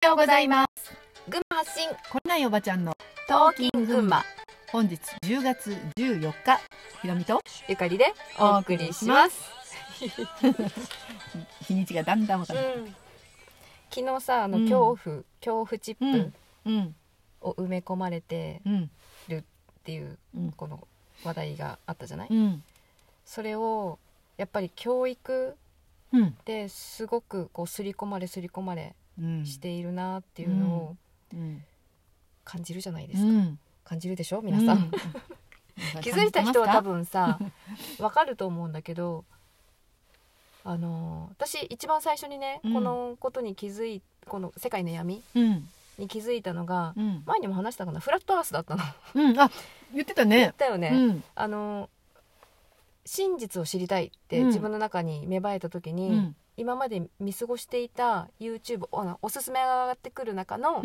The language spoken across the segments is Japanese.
とうございます。 群馬発信これないおばちゃんのトーキン群馬、 本日10月14日、ひろみとゆかりでお送りします。 日にちがだんだんわかる、 昨日さ恐怖チップを埋め込まれてるっていうこの話題があったじゃない、それをやっぱり教育ですごくこう刷り込まれしているなっていうのを感じるじゃないですか、感じるでしょ皆さん、気づいた人は多分さわかると思うんだけど、私一番最初にね、このことに気づいこの世界の闇に気づいたのが、前にも話したかな、フラットアースだったの、 あ、言ってたね。 言ったよね、真実を知りたいって自分の中に芽生えた時に、今まで見過ごしていた YouTube おすすめが上がってくる中の、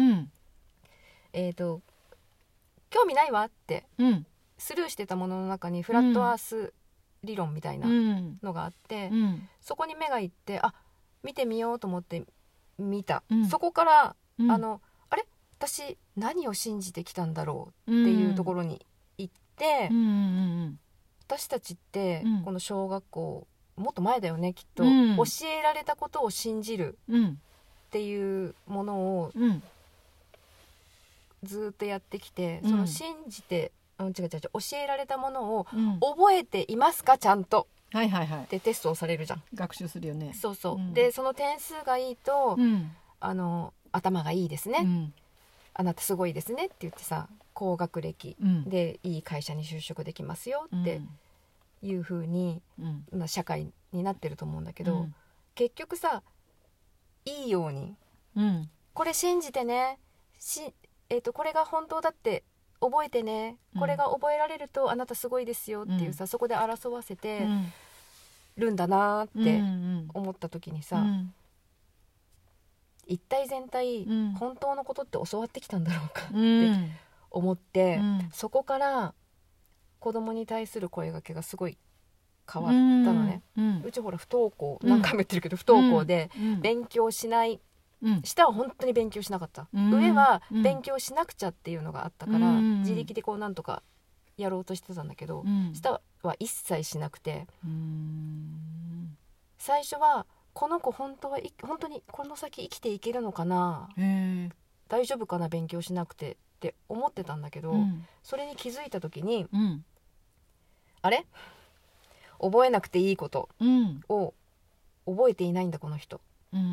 興味ないわってスルーしてたものの中にフラットアース理論みたいなのがあって、そこに目がいって、見てみようと思って見た、そこから、あれ私何を信じてきたんだろうっていうところに行って、私たちって、この小学校もっと前だよねきっと、教えられたことを信じるっていうものをずっとやってきて、その信じて教えられたものを覚えていますかちゃんと、でテストをされるじゃん、 学習するよね。 そう、でその点数がいいと、頭がいいですね、あなたすごいですねって言ってさ、高学歴でいい会社に就職できますよっていう風に、社会になってると思うんだけど、結局さ、いいように、これ信じてね、これが本当だって覚えてね、これが覚えられるとあなたすごいですよっていうさ、そこで争わせてるんだなって思った時にさ、一体全体、本当のことって教わってきたんだろうかって思って、そこから子供に対する声掛けがすごい変わったのね、うちほら不登校、何回も言ってるけど不登校で勉強しない、下は本当に勉強しなかった、上は勉強しなくちゃっていうのがあったから、自力でこうなんとかやろうとしてたんだけど、下は一切しなくて、最初はこの子本当にこの先生きていけるのかな、大丈夫かな勉強しなくてって思ってたんだけど、それに気づいた時に、あれ覚えなくていいことを覚えていないんだこの人、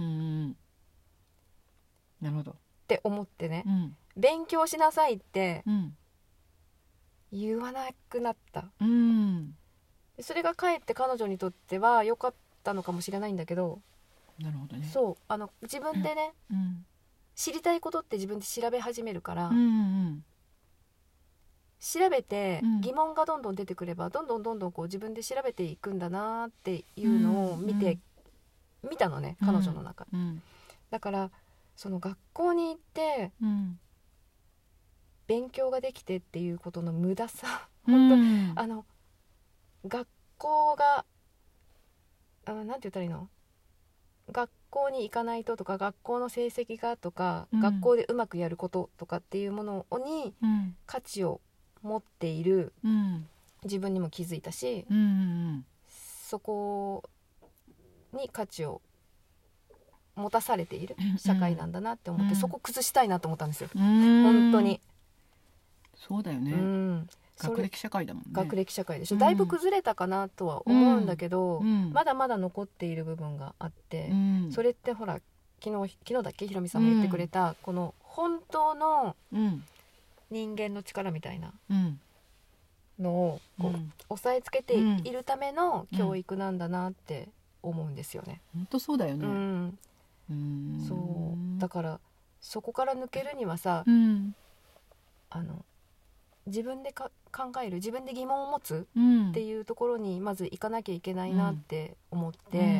なるほどって思ってね、勉強しなさいって言わなくなった、それがかえって彼女にとっては良かったのかもしれないんだけど、 なるほどね、 そう自分でね、知りたいことって自分で調べ始めるから、調べて疑問がどんどん出てくれば、どんどんこう自分で調べていくんだなっていうのを見たのね、彼女の中、だからその学校に行って勉強ができてっていうことの無駄さ、本当学校がなんて言ったらいいの、学校に行かないととか、学校の成績がとか、学校でうまくやることとかっていうものに価値を持っている自分にも気づいたし、そこに価値を持たされている社会なんだなって思って、そこ崩したいなと思ったんですよ、本当に。 そうだよね、学歴社会だもんね。学歴社会でしょ、だいぶ崩れたかなとは思うんだけど、まだまだ残っている部分があって、それってほら昨日だっけ、ひろみさんも言ってくれた、この本当の人間の力みたいなのをこう押さえつけているための教育なんだなって思うんですよね。 本当そうだよね、 そうだからそこから抜けるにはさ、自分で考える、自分で疑問を持つっていうところにまず行かなきゃいけないなって思って、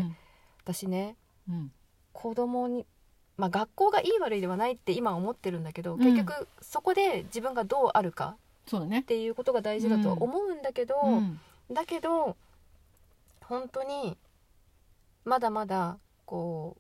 私ね、子供に、学校がいい悪いではないって今思ってるんだけど、結局そこで自分がどうあるかっていうことが大事だとは思うんだけど、だけど本当にまだまだこう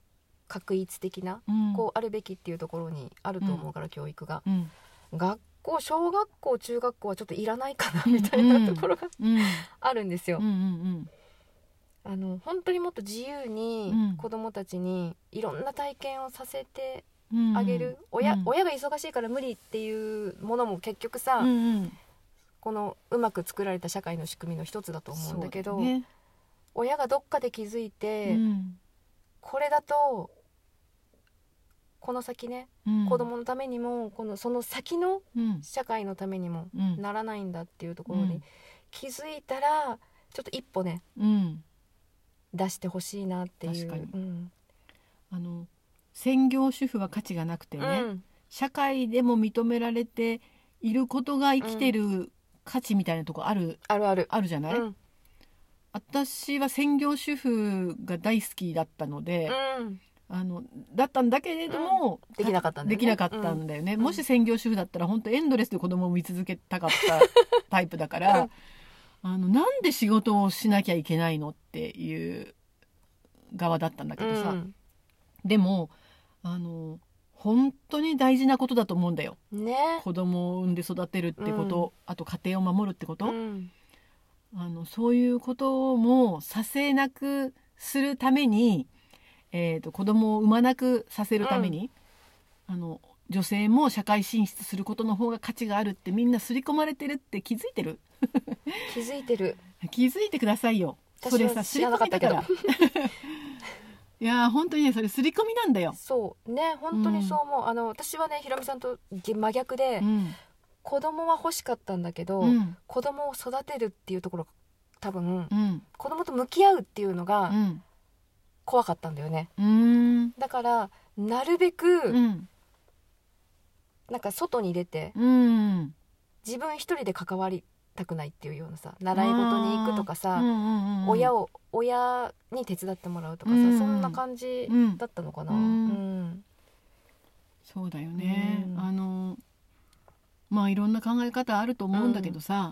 画一的な、こうあるべきっていうところにあると思うから、教育が、学校小学校中学校はちょっといらないかなみたいなところがあるんですよ。本当にもっと自由に子どもたちにいろんな体験をさせてあげる、親が忙しいから無理っていうものも結局さ、このうまく作られた社会の仕組みの一つだと思うんだけど、親がどっかで気づいて、これだとこの先ね、子供のためにもその先の社会のためにもならないんだっていうところに気づいたら、ちょっと一歩ね、出してほしいなっていう。確かに、専業主婦は価値がなくてね、社会でも認められていることが生きてる価値みたいなとこあるじゃない、私は専業主婦が大好きだったので、だったんだけれども、 できなかったんだよね、もし専業主婦だったら本当エンドレスで子供を見続けたかったタイプだからなんで仕事をしなきゃいけないのっていう側だったんだけどさ、でも本当に大事なことだと思うんだよ、子供を産んで育てるってこと、あと家庭を守るってこと、そういうこともさせなくするために、子供を産まなくさせるために、女性も社会進出することの方が価値があるってみんな刷り込まれてるって気づいてる気づいてる気づいてくださいよ。それさ刷り込みだからいや本当にね、それ刷り込みなんだよ。 そうね、本当にそう思う。私はね、ひろみさんと真逆で、子供は欲しかったんだけど、子供を育てるっていうところが多分、子供と向き合うっていうのが怖かったんだよね。だからなるべく、なんか外に出て、自分一人で関わりたくないっていうようなさ、習い事に行くとかさ、親に手伝ってもらうとかさ、そんな感じだったのかな。 そうだよね、まあいろんな考え方あると思うんだけどさ、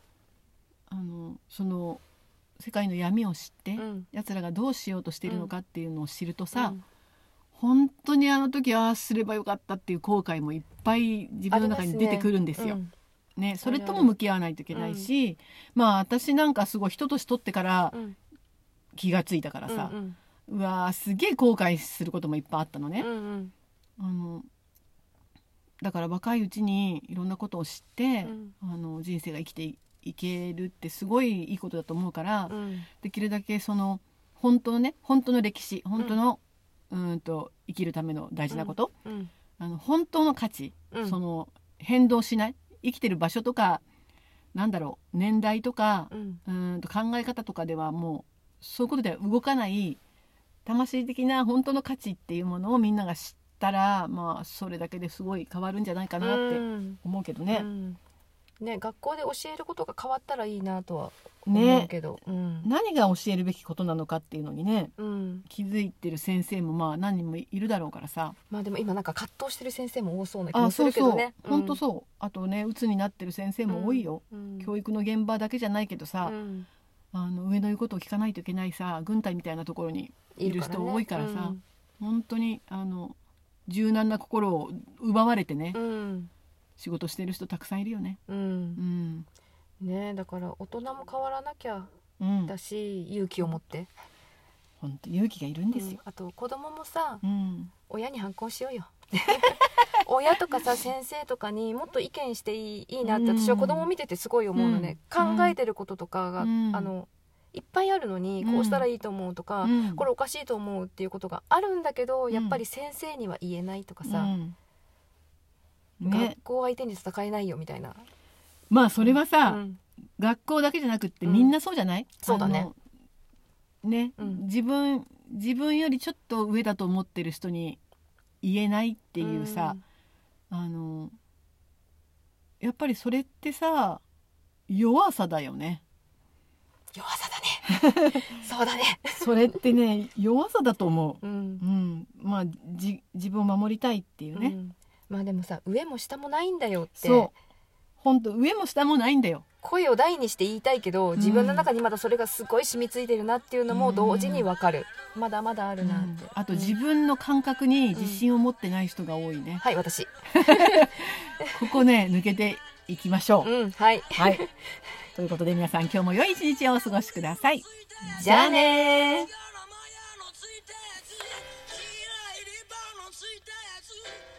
その世界の闇を知って、奴らがどうしようとしているのかっていうのを知るとさ、本当にあの時ああすればよかったっていう後悔もいっぱい自分の中に出てくるんですよ。それとも向き合わないといけないし、まあ私なんかすごい一年取ってから気がついたからさ、うわーすげえ後悔することもいっぱいあったのね。だから若いうちにいろんなことを知って、人生が生きていけるってすごいいいことだと思うから、できるだけその本当の歴史、本当の生きるための大事なこと、本当の価値、その変動しない生きてる場所とか、なんだろう、年代とか、考え方とかではもうそういうことでは動かない魂的な本当の価値っていうものをみんなが知ったら、まあそれだけですごい変わるんじゃないかなって思うけどね。 学校で教えることが変わったらいいなとは思うけど、 何が教えるべきことなのかっていうのにね、気づいてる先生もまあ何人もいるだろうからさ。 まあでも今なんか葛藤してる先生も多そうな気もするけどね。 本当そう。あとね、鬱になってる先生も多いよ。教育の現場だけじゃないけどさ、上の言うことを聞かないといけないさ、軍隊みたいなところにいる人多いからさ、本当に柔軟な心を奪われてね、仕事してる人たくさんいるよね。 ね、だから大人も変わらなきゃだし、勇気を持って。 本当勇気がいるんですよ。 あと子供もさ、親に反抗しようよ。親とかさ、先生とかにもっと意見していいなって私は子供を見ててすごい思うのね。考えてることとかがいっぱいあるのに、こうしたらいいと思うとか、これおかしいと思うっていうことがあるんだけど、やっぱり先生には言えないとかさ、学校相手に戦えないよみたいな。 まあそれはさ、学校だけじゃなくってみんなそうじゃない？ そうだね。 自分よりちょっと上だと思ってる人に言えないっていうさ、やっぱりそれってさ、弱さだよね。 弱さだね。そうだね。 それってね、弱さだと思う。まあ自分を守りたいっていうね。 まあでもさ、上も下もないんだよって本当上も下もないんだよ。 声を大にして言いたいけど、自分の中にまだそれがすごい染みついてるなっていうのも同時に分かる、まだまだあるなって、 あと自分の感覚に自信を持ってない人が多いね、 はい、私ここね抜けていきましょう、 はい、 はい、ということで皆さん今日も良い一日をお過ごしください。 じゃあねー。